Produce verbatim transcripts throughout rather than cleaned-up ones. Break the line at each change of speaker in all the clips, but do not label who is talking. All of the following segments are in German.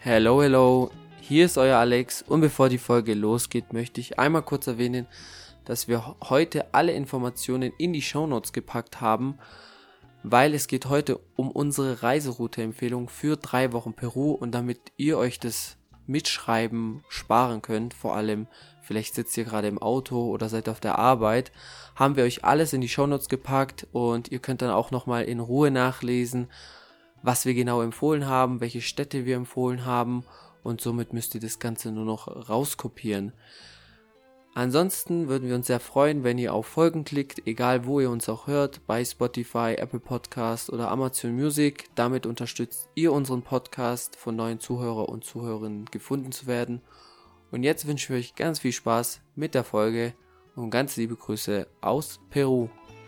Hello, hello, hier ist euer Alex und bevor die Folge losgeht, möchte ich einmal kurz erwähnen, dass wir heute alle Informationen in die Shownotes gepackt haben, weil es geht heute um unsere Reiseroute-Empfehlung für drei Wochen Peru und damit ihr euch das Mitschreiben sparen könnt, vor allem vielleicht sitzt ihr gerade im Auto oder seid auf der Arbeit, haben wir euch alles in die Shownotes gepackt und ihr könnt dann auch nochmal in Ruhe nachlesen, was wir genau empfohlen haben, welche Städte wir empfohlen haben und somit müsst ihr das Ganze nur noch rauskopieren. Ansonsten würden wir uns sehr freuen, wenn ihr auf Folgen klickt, egal wo ihr uns auch hört, bei Spotify, Apple Podcast oder Amazon Music. Damit unterstützt ihr unseren Podcast, von neuen Zuhörer und Zuhörerinnen gefunden zu werden. Und jetzt wünschen wir euch ganz viel Spaß mit der Folge und ganz liebe Grüße aus Peru.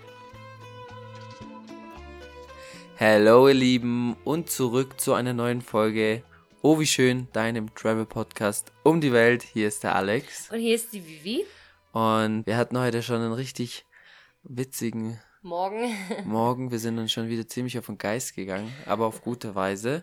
Hallo ihr Lieben und zurück zu einer neuen Folge Oh wie schön, deinem Travel Podcast um die Welt. Hier ist der Alex.
Und hier ist die Vivi.
Und wir hatten heute schon einen richtig witzigen
Morgen.
Morgen. Wir sind uns schon wieder ziemlich auf den Geist gegangen, aber auf gute Weise.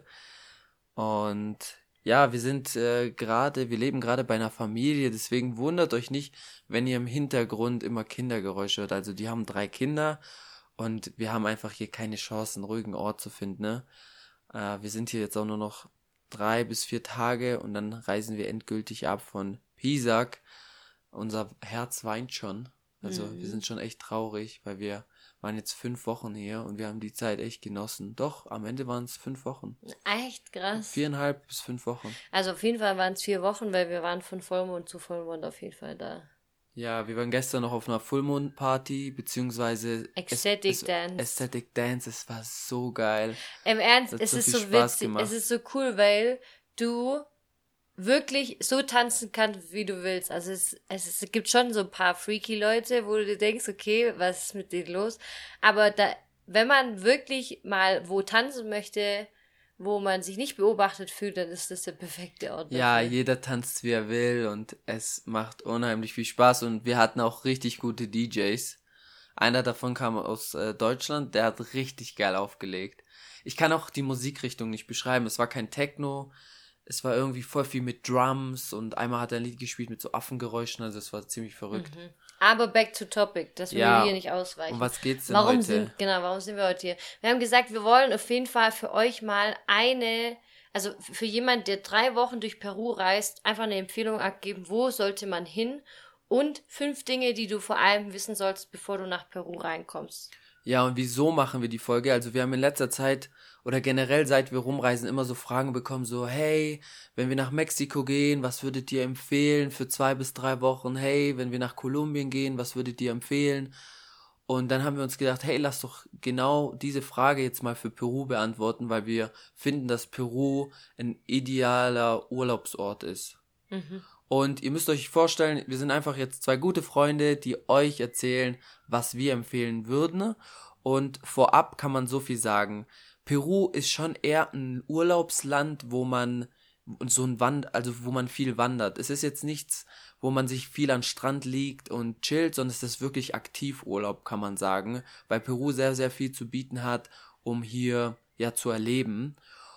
Und ja, wir sind äh, gerade, wir leben gerade bei einer Familie, deswegen wundert euch nicht, wenn ihr im Hintergrund immer Kindergeräusche hört. Also die haben drei Kinder. Und wir haben einfach hier keine Chance, einen ruhigen Ort zu finden, ne? Äh, wir sind hier jetzt auch nur noch drei bis vier Tage und dann reisen wir endgültig ab von Pisac. Unser Herz weint schon. Also mhm. wir sind schon echt traurig, weil wir waren jetzt fünf Wochen hier und wir haben die Zeit echt genossen. Doch, am Ende waren es fünf Wochen.
Echt krass.
Viereinhalb bis fünf Wochen.
Also auf jeden Fall waren es vier Wochen, weil wir waren von Vollmond zu Vollmond auf jeden Fall da.
Ja, wir waren gestern noch auf einer Fullmoon-Party, beziehungsweise
Ecstatic
es, es,
Dance.
Ecstatic Dance, es war so geil.
Im Ernst, es
so
ist
viel
so
Spaß
witzig,
gemacht.
es ist so cool, weil du wirklich so tanzen kannst, wie du willst. Also es, es, es gibt schon so ein paar freaky Leute, wo du dir denkst, okay, was ist mit denen los? Aber da, wenn man wirklich mal wo tanzen möchte, wo man sich nicht beobachtet fühlt, dann ist das der perfekte Ort.
Ja,
dafür.
jeder tanzt, wie er will und es macht unheimlich viel Spaß und wir hatten auch richtig gute D Js. Einer davon kam aus äh, Deutschland, der hat richtig geil aufgelegt. Ich kann auch die Musikrichtung nicht beschreiben, es war kein Techno, es war irgendwie voll viel mit Drums und einmal hat er ein Lied gespielt mit so Affengeräuschen, also es war ziemlich verrückt.
Mhm. Aber back to topic, dass wir
ja,
hier nicht ausweichen.
Um was geht's denn
warum
heute?
Sind, genau, warum sind wir heute hier? Wir haben gesagt, wir wollen auf jeden Fall für euch mal eine, also für jemand, der drei Wochen durch Peru reist, einfach eine Empfehlung abgeben, wo sollte man hin und fünf Dinge, die du vor allem wissen solltest, bevor du nach Peru reinkommst.
Ja, und wieso machen wir die Folge? Also wir haben in letzter Zeit oder generell seit wir rumreisen immer so Fragen bekommen, so hey, wenn wir nach Mexiko gehen, was würdet ihr empfehlen für zwei bis drei Wochen? Hey, wenn wir nach Kolumbien gehen, was würdet ihr empfehlen? Und dann haben wir uns gedacht, hey, lass doch genau diese Frage jetzt mal für Peru beantworten, weil wir finden, dass Peru ein idealer Urlaubsort ist.
Mhm.
Und ihr müsst euch vorstellen, wir sind einfach jetzt zwei gute Freunde, die euch erzählen, was wir empfehlen würden. Und vorab kann man so viel sagen. Peru ist schon eher ein Urlaubsland, wo man so ein Wand, also wo man viel wandert. Es ist jetzt nichts, wo man sich viel an Strand liegt und chillt, sondern es ist wirklich Aktivurlaub, kann man sagen, weil Peru sehr, sehr viel zu bieten hat, um hier ja zu erleben.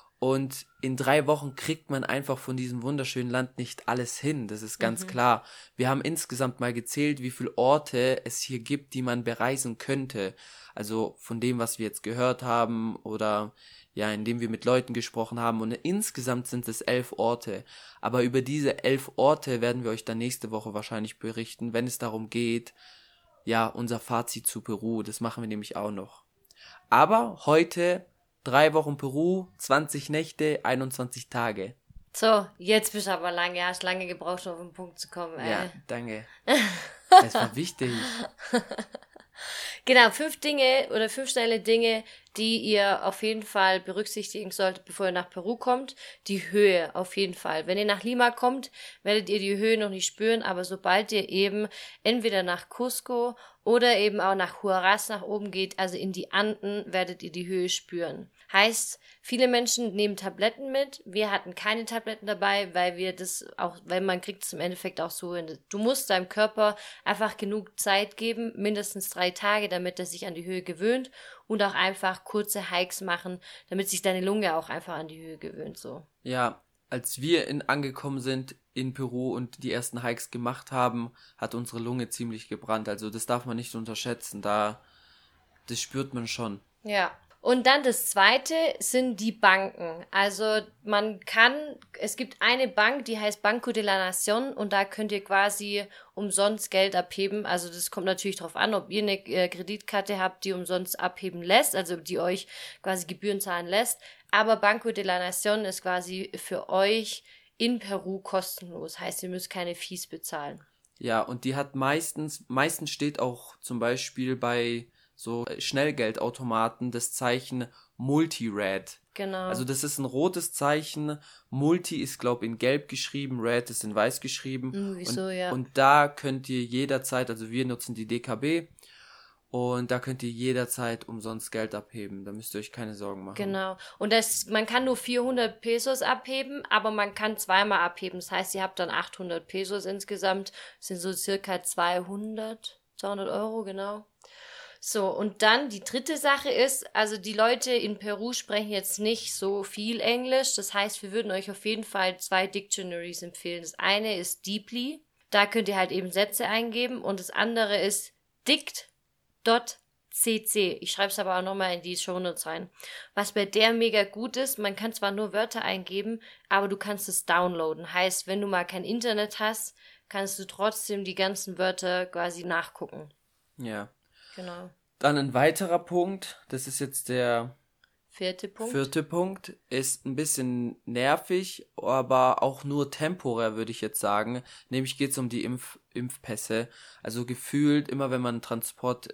Und in drei Wochen kriegt man einfach von diesem wunderschönen Land nicht alles hin, das ist ganz mhm. klar. Wir haben insgesamt mal gezählt, wie viele Orte es hier gibt, die man bereisen könnte. Also von dem, was wir jetzt gehört haben oder ja, indem wir mit Leuten gesprochen haben. Und insgesamt sind es elf Orte. Aber über diese elf Orte werden wir euch dann nächste Woche wahrscheinlich berichten, wenn es darum geht, ja, unser Fazit zu Peru. Das machen wir nämlich auch noch. Aber heute Drei Wochen Peru, zwanzig Nächte, einundzwanzig Tage.
So, jetzt bist du aber lange, hast lange gebraucht, um auf den Punkt zu kommen. Ey.
Ja, danke. Das war wichtig.
Genau, fünf Dinge oder fünf schnelle Dinge, die ihr auf jeden Fall berücksichtigen solltet, bevor ihr nach Peru kommt. Die Höhe auf jeden Fall. Wenn ihr nach Lima kommt, werdet ihr die Höhe noch nicht spüren, aber sobald ihr eben entweder nach Cusco oder eben auch nach Huaraz nach oben geht, also in die Anden, werdet ihr die Höhe spüren. Heißt, viele Menschen nehmen Tabletten mit. Wir hatten keine Tabletten dabei, weil wir das auch, weil man kriegt es im Endeffekt auch so hin. Du musst deinem Körper einfach genug Zeit geben, mindestens drei Tage, damit er sich an die Höhe gewöhnt und auch einfach kurze Hikes machen, damit sich deine Lunge auch einfach an die Höhe gewöhnt, so.
Ja, als wir in, angekommen sind in Peru und die ersten Hikes gemacht haben, hat unsere Lunge ziemlich gebrannt. Also das darf man nicht unterschätzen. Da, das spürt man schon.
Ja. Und dann das zweite sind die Banken. Also man kann, es gibt eine Bank, die heißt Banco de la Nación und da könnt ihr quasi umsonst Geld abheben. Also das kommt natürlich darauf an, ob ihr eine äh, Kreditkarte habt, die umsonst abheben lässt, also die euch quasi Gebühren zahlen lässt. Aber Banco de la Nación ist quasi für euch in Peru kostenlos. Heißt, ihr müsst keine Fees bezahlen.
Ja, und die hat meistens, meistens steht auch zum Beispiel bei so Schnellgeldautomaten das Zeichen Multi-Red.
Genau.
Also das ist ein rotes Zeichen, Multi ist, glaube ich, in gelb geschrieben, Red ist in weiß geschrieben.
Hm, wieso,
und,
ja.
und da könnt ihr jederzeit, also wir nutzen die D K B und da könnt ihr jederzeit umsonst Geld abheben. Da müsst ihr euch keine Sorgen machen.
Genau. Und das, man kann nur vierhundert Pesos abheben, aber man kann zweimal abheben. Das heißt, ihr habt dann achthundert Pesos insgesamt. Das sind so circa zweihundert, zweihundert Euro, genau. So, und dann die dritte Sache ist, also die Leute in Peru sprechen jetzt nicht so viel Englisch. Das heißt, wir würden euch auf jeden Fall zwei Dictionaries empfehlen. Das eine ist Deeply. Da könnt ihr halt eben Sätze eingeben. Und das andere ist dict Punkt c c. Ich schreibe es aber auch nochmal in die Shownotes rein. Was bei der mega gut ist, man kann zwar nur Wörter eingeben, aber du kannst es downloaden. Heißt, wenn du mal kein Internet hast, kannst du trotzdem die ganzen Wörter quasi nachgucken.
Ja.
Genau.
Dann ein weiterer Punkt, das ist jetzt der
Vierte Punkt.
vierte Punkt, ist ein bisschen nervig, aber auch nur temporär, würde ich jetzt sagen. Nämlich geht es um die Impf- Impfpässe. Also gefühlt, immer wenn man einen Transport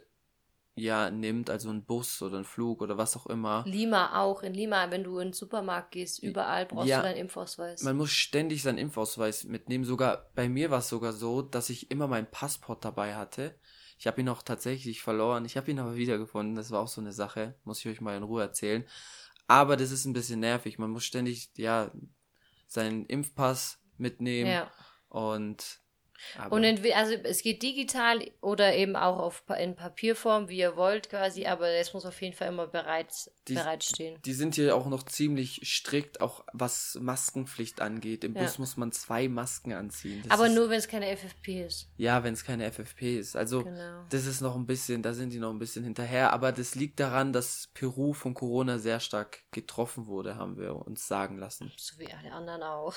ja nimmt, also einen Bus oder einen Flug oder was auch immer.
Lima auch. In Lima, wenn du in den Supermarkt gehst, überall brauchst
Ja,
du deinen Impfausweis.
Man muss ständig seinen Impfausweis mitnehmen. Sogar bei mir war es sogar so, dass ich immer meinen Passport dabei hatte. Ich habe ihn auch tatsächlich verloren. Ich habe ihn aber wiedergefunden. Das war auch so eine Sache. Muss ich euch mal in Ruhe erzählen. Aber das ist ein bisschen nervig. Man muss ständig, ja, seinen Impfpass mitnehmen.
Ja.
Und, aber
Und entweder, also es geht digital oder eben auch auf, Pa- in Papierform, wie ihr wollt quasi, aber es muss auf jeden Fall immer bereit,
Die-
bereitstehen.
die sind hier auch noch ziemlich strikt, auch was Maskenpflicht angeht. Im
Ja.
Bus muss man zwei Masken anziehen. Das
Aber
ist,
nur, wenn es keine F F P ist.
Ja, wenn es keine F F P ist. Also
Genau.
das ist noch ein bisschen, da sind die noch ein bisschen hinterher. Aber das liegt daran, dass Peru von Corona sehr stark getroffen wurde, haben wir uns sagen lassen.
So wie alle anderen auch.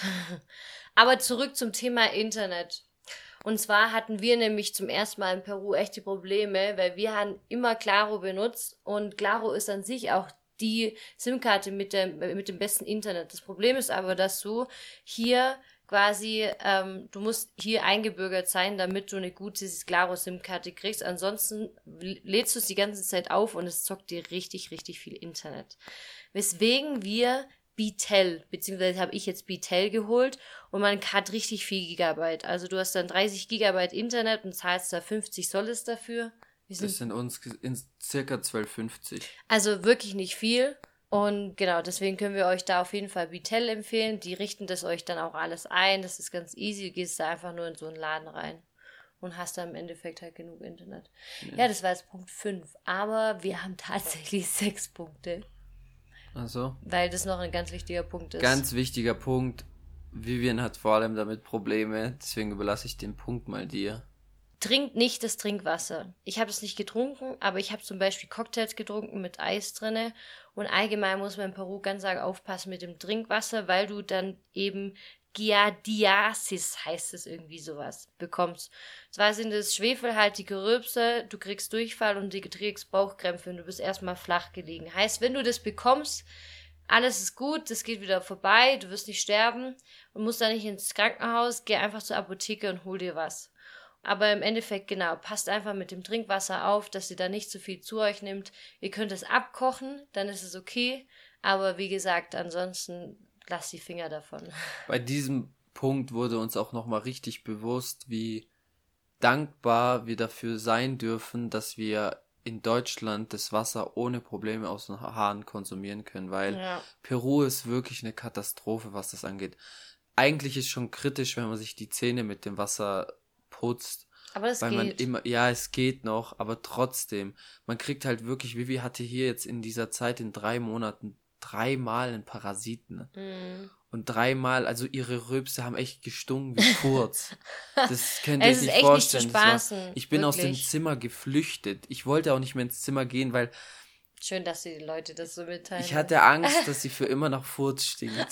Aber zurück zum Thema Internet. Und zwar hatten wir nämlich zum ersten Mal in Peru echte Probleme, weil wir haben immer Claro benutzt und Claro ist an sich auch die SIM-Karte mit dem, mit dem besten Internet. Das Problem ist aber, dass du hier quasi, ähm, du musst hier eingebürgert sein, damit du eine gute Claro-SIM-Karte kriegst. Ansonsten lädst du es die ganze Zeit auf und es zockt dir richtig, richtig viel Internet. Weswegen wir Bitel, beziehungsweise habe ich jetzt Bitel geholt und man hat richtig viel Gigabyte. Also du hast dann dreißig Gigabyte Internet und zahlst da fünfzig Soles dafür. Wir sind
Das sind uns in circa zwölf fünfzig.
also wirklich nicht viel. Und genau, deswegen können wir euch da auf jeden Fall Bitel empfehlen. Die richten das euch dann auch alles ein. Das ist ganz easy. Du gehst da einfach nur in so einen Laden rein und hast da im Endeffekt halt genug Internet. Ja, ja das war jetzt Punkt fünf. Aber wir haben tatsächlich sechs Punkte.
Also,
Weil das noch ein ganz wichtiger Punkt ist.
ganz wichtiger Punkt. Vivian hat vor allem damit Probleme. Deswegen überlasse ich den Punkt mal dir.
Trinkt nicht das Trinkwasser. Ich habe es nicht getrunken, aber ich habe zum Beispiel Cocktails getrunken mit Eis drinne. Und allgemein muss man in Peru ganz arg aufpassen mit dem Trinkwasser, weil du dann eben Giardiasis, heißt es irgendwie sowas, bekommst. Zwar sind es schwefelhaltige Rülpse, du kriegst Durchfall und du kriegst Bauchkrämpfe und du bist erstmal flach gelegen. Heißt, wenn du das bekommst, alles ist gut, das geht wieder vorbei, du wirst nicht sterben und musst dann nicht ins Krankenhaus, geh einfach zur Apotheke und hol dir was. Aber im Endeffekt, genau, passt einfach mit dem Trinkwasser auf, dass ihr da nicht so viel zu euch nimmt. Ihr könnt es abkochen, dann ist es okay. Aber wie gesagt, ansonsten lasst die Finger davon.
Bei diesem Punkt wurde uns auch nochmal richtig bewusst, wie dankbar wir dafür sein dürfen, dass wir in Deutschland das Wasser ohne Probleme aus den Hahn konsumieren können, weil
Ja.
Peru ist wirklich eine Katastrophe, was das angeht. Eigentlich ist schon kritisch, wenn man sich die Zähne mit dem Wasser putzt,
Aber es
weil man
geht.
immer, ja, es geht noch, aber trotzdem, man kriegt halt wirklich, Vivi hatte hier jetzt in dieser Zeit in drei Monaten dreimal einen Parasiten.
Mm.
Und dreimal, also ihre Rülpse haben echt gestunken wie Furz. Das könnt ihr
Es
euch
ist
nicht
echt nicht zu
vorstellen. Das war,
spaßen,
ich bin aus dem
wirklich.
Zimmer geflüchtet. Ich wollte auch nicht mehr ins Zimmer gehen, weil
Schön, dass die Leute das so mitteilen.
ich hatte Angst, dass sie für immer nach Furz stinkt.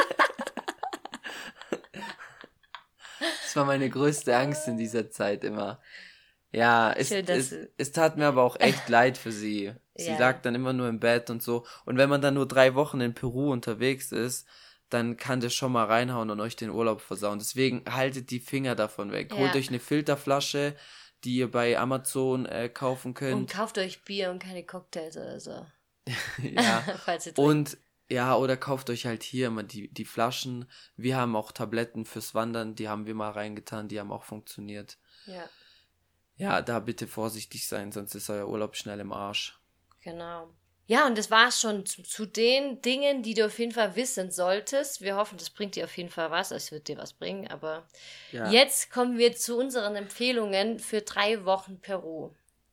Das war meine größte Angst in dieser Zeit immer. Ja, es,
Schön, dass
es,
du-
es tat mir aber auch echt leid für sie. Sie
Ja.
lag dann immer nur im Bett und so. Und wenn man dann nur drei Wochen in Peru unterwegs ist, dann kann das schon mal reinhauen und euch den Urlaub versauen. Deswegen haltet die Finger davon weg.
Ja.
Holt euch eine Filterflasche, die ihr bei Amazon äh, kaufen
Und
könnt.
kauft euch Bier und keine Cocktails oder so.
Ja.
Falls ihr trinkt.
Und ja, oder kauft euch halt hier immer die, die Flaschen. Wir haben auch Tabletten fürs Wandern, die haben wir mal reingetan, die haben auch funktioniert.
Ja,
Ja, da bitte vorsichtig sein, sonst ist euer Urlaub schnell im Arsch.
genau. Ja, und das war's schon zu, zu den Dingen, die du auf jeden Fall wissen solltest. Wir hoffen, das bringt dir auf jeden Fall was. Es wird dir was bringen, aber
Ja.
jetzt kommen wir zu unseren Empfehlungen für drei Wochen Peru.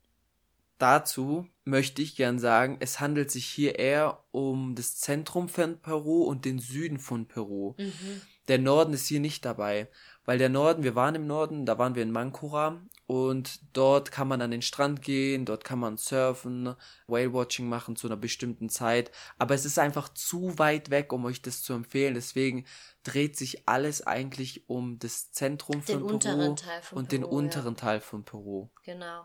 Dazu möchte ich gern sagen, es handelt sich hier eher um das Zentrum von Peru und den Süden von Peru.
Mhm.
Der Norden ist hier nicht dabei, weil der Norden, wir waren im Norden, da waren wir in Mancora und dort kann man an den Strand gehen, dort kann man surfen, Whale-Watching machen zu einer bestimmten Zeit, aber es ist einfach zu weit weg, um euch das zu empfehlen, deswegen dreht sich alles eigentlich um das Zentrum
Den
von Peru
unteren Teil von
und den
Peru,
unteren
ja.
Teil von Peru.
Genau.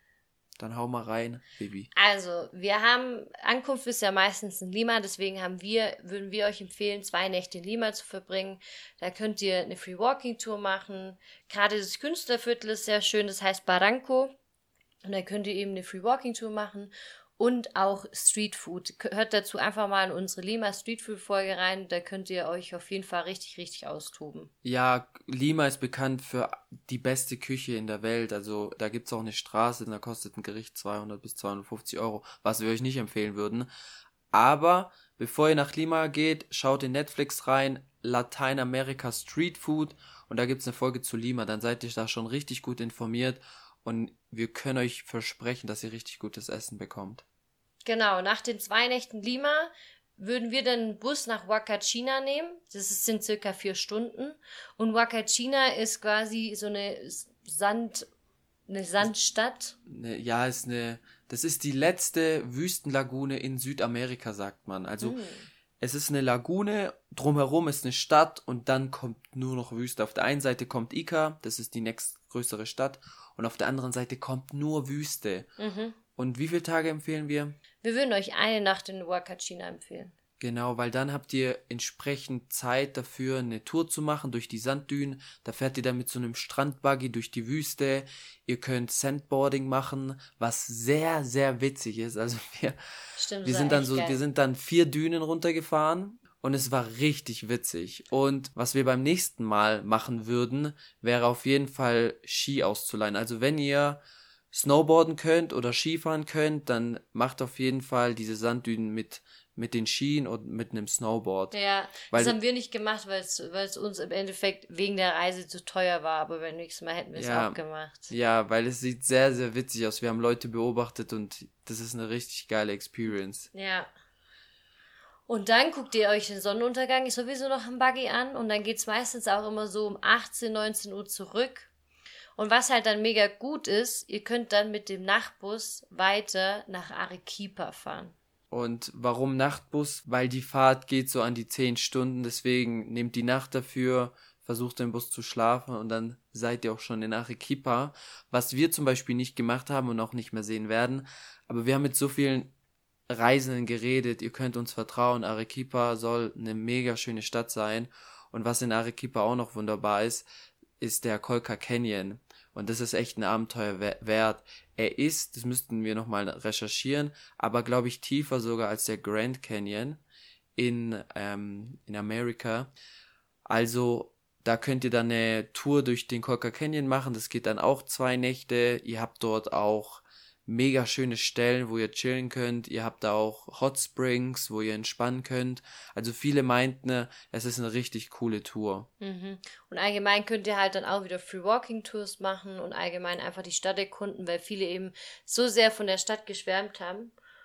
Dann hau mal rein, Baby.
Also, wir haben, Ankunft ist ja meistens in Lima, deswegen haben wir, würden wir euch empfehlen, zwei Nächte in Lima zu verbringen. Da könnt ihr eine Free Walking Tour machen. Gerade das Künstlerviertel ist sehr schön, das heißt Barranco. Und da könnt ihr eben eine Free Walking Tour machen und auch Street Food. Hört dazu einfach mal in unsere Lima Street Food Folge rein, da könnt ihr euch auf jeden Fall richtig, richtig austoben.
Ja, Lima ist bekannt für die beste Küche in der Welt. Also da gibt's auch eine Straße, da kostet ein Gericht zweihundert bis zweihundertfünfzig Euro, was wir euch nicht empfehlen würden. Aber bevor ihr nach Lima geht, schaut in Netflix rein, Lateinamerika Street Food, und da gibt's eine Folge zu Lima. Dann seid ihr da schon richtig gut informiert und wir können euch versprechen, dass ihr richtig gutes Essen bekommt.
Genau, nach den zwei Nächten Lima würden wir dann einen Bus nach Huacachina nehmen. Das ist- sind circa vier Stunden. Und Huacachina ist quasi so eine Sand, eine Sandstadt.
Ne, ja, ist eine, das ist die letzte Wüstenlagune in Südamerika, sagt man. Also
Mm.
es ist eine Lagune, drumherum ist eine Stadt und dann kommt nur noch Wüste. Auf der einen Seite kommt Ica, das ist die nächstgrößere Stadt, und auf der anderen Seite kommt nur Wüste.
Mhm.
Und wie viele Tage empfehlen wir?
Wir würden euch eine Nacht in Huacachina empfehlen.
Genau, weil dann habt ihr entsprechend Zeit dafür, eine Tour zu machen durch die Sanddünen. Da fährt ihr dann mit so einem Strandbuggy durch die Wüste. Ihr könnt Sandboarding machen, was sehr, sehr witzig ist. Also wir,
Stimmt,
wir
das
sind
war
dann
echt
so,
geil.
wir sind dann vier Dünen runtergefahren und es war richtig witzig. Und was wir beim nächsten Mal machen würden, wäre auf jeden Fall Ski auszuleihen. Also wenn ihr Snowboarden könnt oder Skifahren könnt, dann macht auf jeden Fall diese Sanddünen mit mit den Skien und mit einem Snowboard.
Ja,
Weil-
das haben wir nicht gemacht, weil es weil es uns im Endeffekt wegen der Reise zu teuer war, aber beim nächsten Mal hätten wir es
Ja.
auch gemacht.
Ja, weil es sieht sehr, sehr witzig aus. Wir haben Leute beobachtet und das ist eine richtig geile Experience.
Ja. Und dann guckt ihr euch den Sonnenuntergang sowieso noch im Buggy an und dann geht's meistens auch immer so um achtzehn, neunzehn Uhr zurück. Und was halt dann mega gut ist, ihr könnt dann mit dem Nachtbus weiter nach Arequipa fahren.
Und warum Nachtbus? Weil die Fahrt geht so an die zehn Stunden, deswegen nehmt die Nacht dafür, versucht im Bus zu schlafen und dann seid ihr auch schon in Arequipa, was wir zum Beispiel nicht gemacht haben und auch nicht mehr sehen werden. Aber wir haben mit so vielen Reisenden geredet, ihr könnt uns vertrauen, Arequipa soll eine mega schöne Stadt sein. Und was in Arequipa auch noch wunderbar ist, ist der Colca Canyon. Und das ist echt ein Abenteuer we- wert. Er ist, das müssten wir nochmal recherchieren, aber glaube ich tiefer sogar als der Grand Canyon in, ähm, in Amerika. Also da könnt ihr dann eine Tour durch den Colca Canyon machen. Das geht dann auch zwei Nächte. Ihr habt dort auch mega schöne Stellen, wo ihr chillen könnt. Ihr habt da auch Hot Springs, wo ihr entspannen könnt. Also viele meinten, ne, es ist eine richtig coole Tour.
Mhm. Und allgemein könnt ihr halt dann auch wieder Free Walking Tours machen und allgemein einfach die Stadt erkunden, weil viele eben so sehr von der Stadt geschwärmt haben.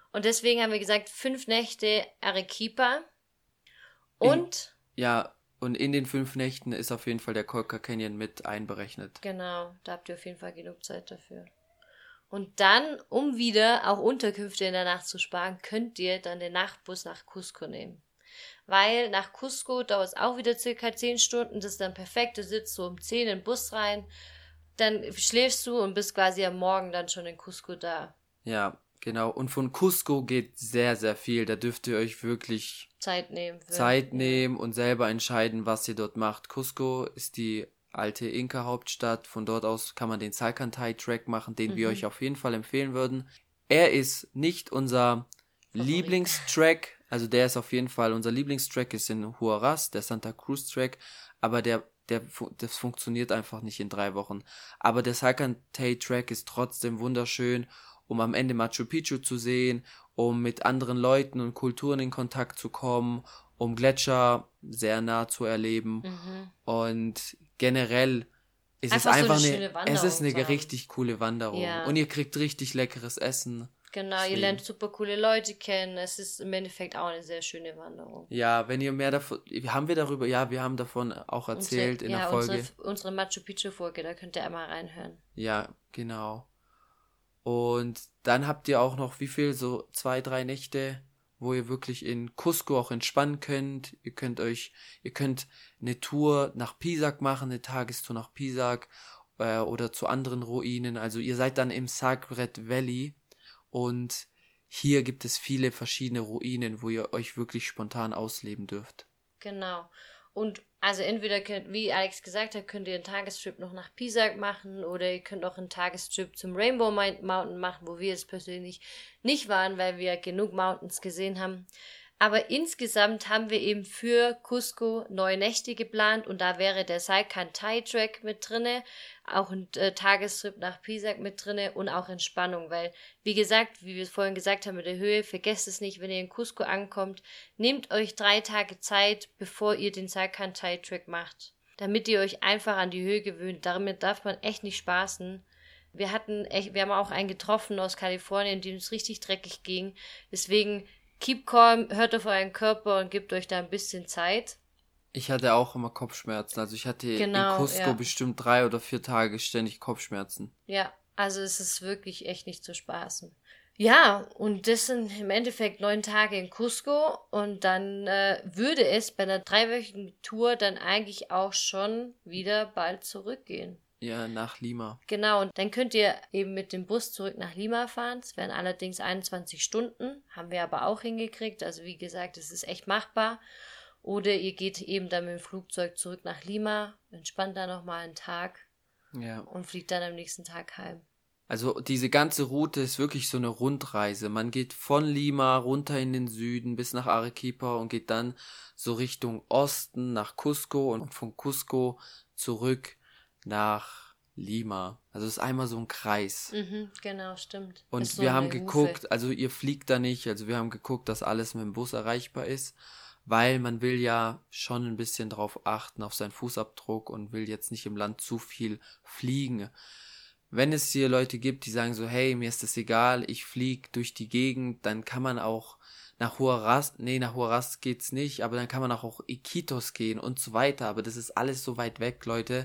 Und deswegen haben wir gesagt, fünf Nächte Arequipa und...
In, ja, und in den fünf Nächten ist auf jeden Fall der Colca Canyon mit einberechnet.
Genau, da habt ihr auf jeden Fall genug Zeit dafür. Und dann, um wieder auch Unterkünfte in der Nacht zu sparen, könnt ihr dann den Nachtbus nach Cusco nehmen. Weil nach Cusco dauert es auch wieder circa zehn Stunden, das ist dann perfekt, du sitzt so um zehn in den Bus rein, dann schläfst du und bist quasi am Morgen dann schon in Cusco da.
Ja, genau. Und von Cusco geht sehr, sehr viel. Da dürft ihr euch wirklich
Zeit nehmen. Für,
Zeit
ja.
nehmen und selber entscheiden, was ihr dort macht. Cusco ist die alte Inka-Hauptstadt. Von dort aus kann man den Salcantay-Track machen, den mhm. wir euch auf jeden Fall empfehlen würden. Er ist nicht unser Favorit. Lieblingstrack. Also der ist auf jeden Fall, unser Lieblingstrack ist in Huaraz, der Santa Cruz-Track. Aber der Der, das funktioniert einfach nicht in drei Wochen. Aber der Salcantay-Track ist trotzdem wunderschön, um am Ende Machu Picchu zu sehen, um mit anderen Leuten und Kulturen in Kontakt zu kommen, um Gletscher sehr nah zu erleben. Mhm. Und generell ist einfach es einfach so eine, eine es ist eine richtig coole Wanderung. Ja. Und ihr kriegt richtig leckeres Essen.
Genau, Deswegen. Ihr lernt super coole Leute kennen. Es ist im Endeffekt auch eine sehr schöne Wanderung.
Ja, wenn ihr mehr davon... Haben wir darüber... Ja, wir haben davon auch erzählt unsere, in der ja, Folge.
Unsere, unsere Machu Picchu-Folge, da könnt ihr einmal reinhören.
Ja, genau. Und dann habt ihr auch noch, wie viel? So zwei, drei Nächte, wo ihr wirklich in Cusco auch entspannen könnt. Ihr könnt euch... Ihr könnt eine Tour nach Pisac machen, eine Tagestour nach Pisac äh, oder zu anderen Ruinen. Also ihr seid dann im Sagred Valley. Und hier gibt es viele verschiedene Ruinen, wo ihr euch wirklich spontan ausleben dürft.
Genau. Und also entweder, könnt, wie Alex gesagt hat, könnt ihr einen Tagestrip noch nach Pisac machen oder ihr könnt auch einen Tagestrip zum Rainbow Mountain machen, wo wir jetzt persönlich nicht waren, weil wir genug Mountains gesehen haben. Aber insgesamt haben wir eben für Cusco neun Nächte geplant und da wäre der Salcantay-Track mit drinne, auch ein äh, Tagestrip nach Pisac mit drinne und auch Entspannung, weil, wie gesagt, wie wir es vorhin gesagt haben mit der Höhe, vergesst es nicht, wenn ihr in Cusco ankommt, nehmt euch drei Tage Zeit, bevor ihr den Salcantay-Track macht, damit ihr euch einfach an die Höhe gewöhnt. Damit darf man echt nicht spaßen. Wir hatten echt, wir haben auch einen getroffen aus Kalifornien, dem es richtig dreckig ging, deswegen keep calm, hört auf euren Körper und gebt euch da ein bisschen Zeit.
Ich hatte auch immer Kopfschmerzen. Also ich hatte
genau,
in Cusco
ja.
bestimmt drei oder vier Tage ständig Kopfschmerzen.
Ja, also es ist wirklich echt nicht zu spaßen. Ja, und das sind im Endeffekt neun Tage in Cusco und dann äh, würde es bei einer dreiwöchigen Tour dann eigentlich auch schon wieder bald zurückgehen.
Ja, nach Lima.
Genau, und dann könnt ihr eben mit dem Bus zurück nach Lima fahren. Es wären allerdings einundzwanzig Stunden, haben wir aber auch hingekriegt. Also wie gesagt, es ist echt machbar. Oder ihr geht eben dann mit dem Flugzeug zurück nach Lima, entspannt da nochmal einen Tag
ja.
und fliegt dann am nächsten Tag heim.
Also diese ganze Route ist wirklich so eine Rundreise. Man geht von Lima runter in den Süden bis nach Arequipa und geht dann so Richtung Osten nach Cusco und von Cusco zurück nach Lima. Also es ist einmal so ein Kreis.
Mhm, genau, stimmt.
Und
so
wir haben
Hufe.
geguckt, also ihr fliegt da nicht, also wir haben geguckt, dass alles mit dem Bus erreichbar ist, weil man will ja schon ein bisschen drauf achten, auf seinen Fußabdruck und will jetzt nicht im Land zu viel fliegen. Wenn es hier Leute gibt, die sagen so, hey, mir ist das egal, ich fliege durch die Gegend, dann kann man auch nach Huaraz, nee, nach Huaraz geht's nicht, aber dann kann man auch auf Iquitos gehen und so weiter, aber das ist alles so weit weg, Leute.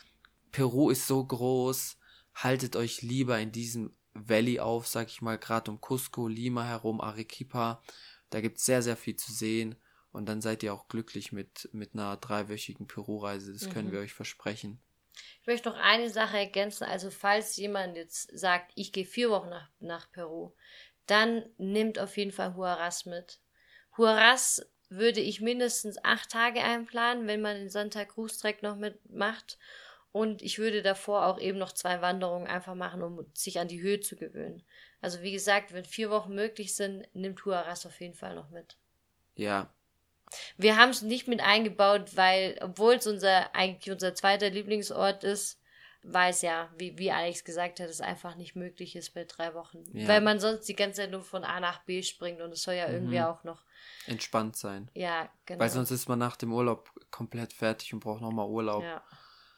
Peru ist so groß, haltet euch lieber in diesem Valley auf, sag ich mal, gerade um Cusco, Lima herum, Arequipa. Da gibt's sehr, sehr viel zu sehen und dann seid ihr auch glücklich mit, mit einer dreiwöchigen Peru-Reise, das mhm. können wir euch versprechen.
Ich möchte noch eine Sache ergänzen, also falls jemand jetzt sagt, ich gehe vier Wochen nach, nach Peru, dann nimmt auf jeden Fall Huaraz mit. Huaraz würde ich mindestens acht Tage einplanen, wenn man den Santa Cruz Track noch mitmacht. Und ich würde davor auch eben noch zwei Wanderungen einfach machen, um sich an die Höhe zu gewöhnen. Also wie gesagt, wenn vier Wochen möglich sind, nimmt Huaraz auf jeden Fall noch mit.
Ja.
Wir haben es nicht mit eingebaut, weil, obwohl es unser eigentlich unser zweiter Lieblingsort ist, weil es ja, wie, wie Alex gesagt hat, es einfach nicht möglich ist bei drei Wochen. Ja. Weil man sonst die ganze Zeit nur von A nach B springt und es soll ja mhm. irgendwie auch noch
entspannt sein.
Ja, genau.
Weil sonst ist man nach dem Urlaub komplett fertig und braucht nochmal Urlaub.
Ja.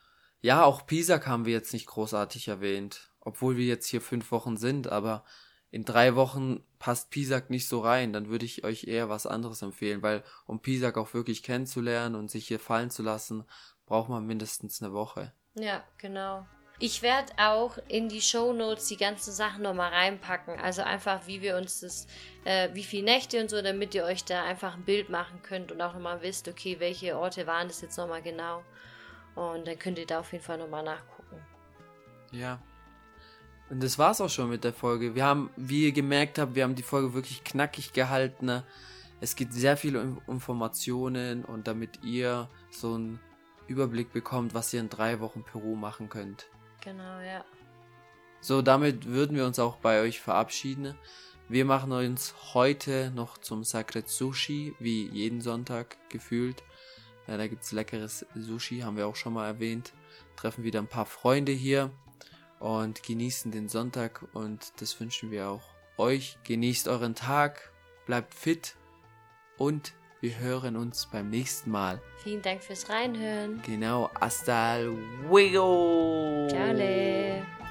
Ja, auch Pisac haben wir jetzt nicht großartig erwähnt, obwohl wir jetzt hier fünf Wochen sind, aber in drei Wochen passt Pisak nicht so rein, dann würde ich euch eher was anderes empfehlen, weil um Pisak auch wirklich kennenzulernen und sich hier fallen zu lassen, braucht man mindestens eine Woche.
Ja, genau. Ich werde auch in die Shownotes die ganzen Sachen nochmal reinpacken. Also einfach, wie wir uns das, äh, wie viele Nächte und so, damit ihr euch da einfach ein Bild machen könnt und auch nochmal wisst, okay, welche Orte waren das jetzt nochmal genau. Und dann könnt ihr da auf jeden Fall nochmal nachgucken.
Ja. Und das war's auch schon mit der Folge. Wir haben, wie ihr gemerkt habt, wir haben die Folge wirklich knackig gehalten. Ne? Es gibt sehr viele Informationen und damit ihr so einen Überblick bekommt, was ihr in drei Wochen Peru machen könnt.
Genau, ja.
So, damit würden wir uns auch bei euch verabschieden. Wir machen uns heute noch zum Sacred Sushi, wie jeden Sonntag gefühlt. Ja, da gibt's leckeres Sushi, haben wir auch schon mal erwähnt. Treffen wieder ein paar Freunde hier und genießen den Sonntag und das wünschen wir auch euch. Genießt euren Tag, bleibt fit und wir hören uns beim nächsten Mal.
Vielen Dank fürs Reinhören.
Genau, hasta luego.
Ciao.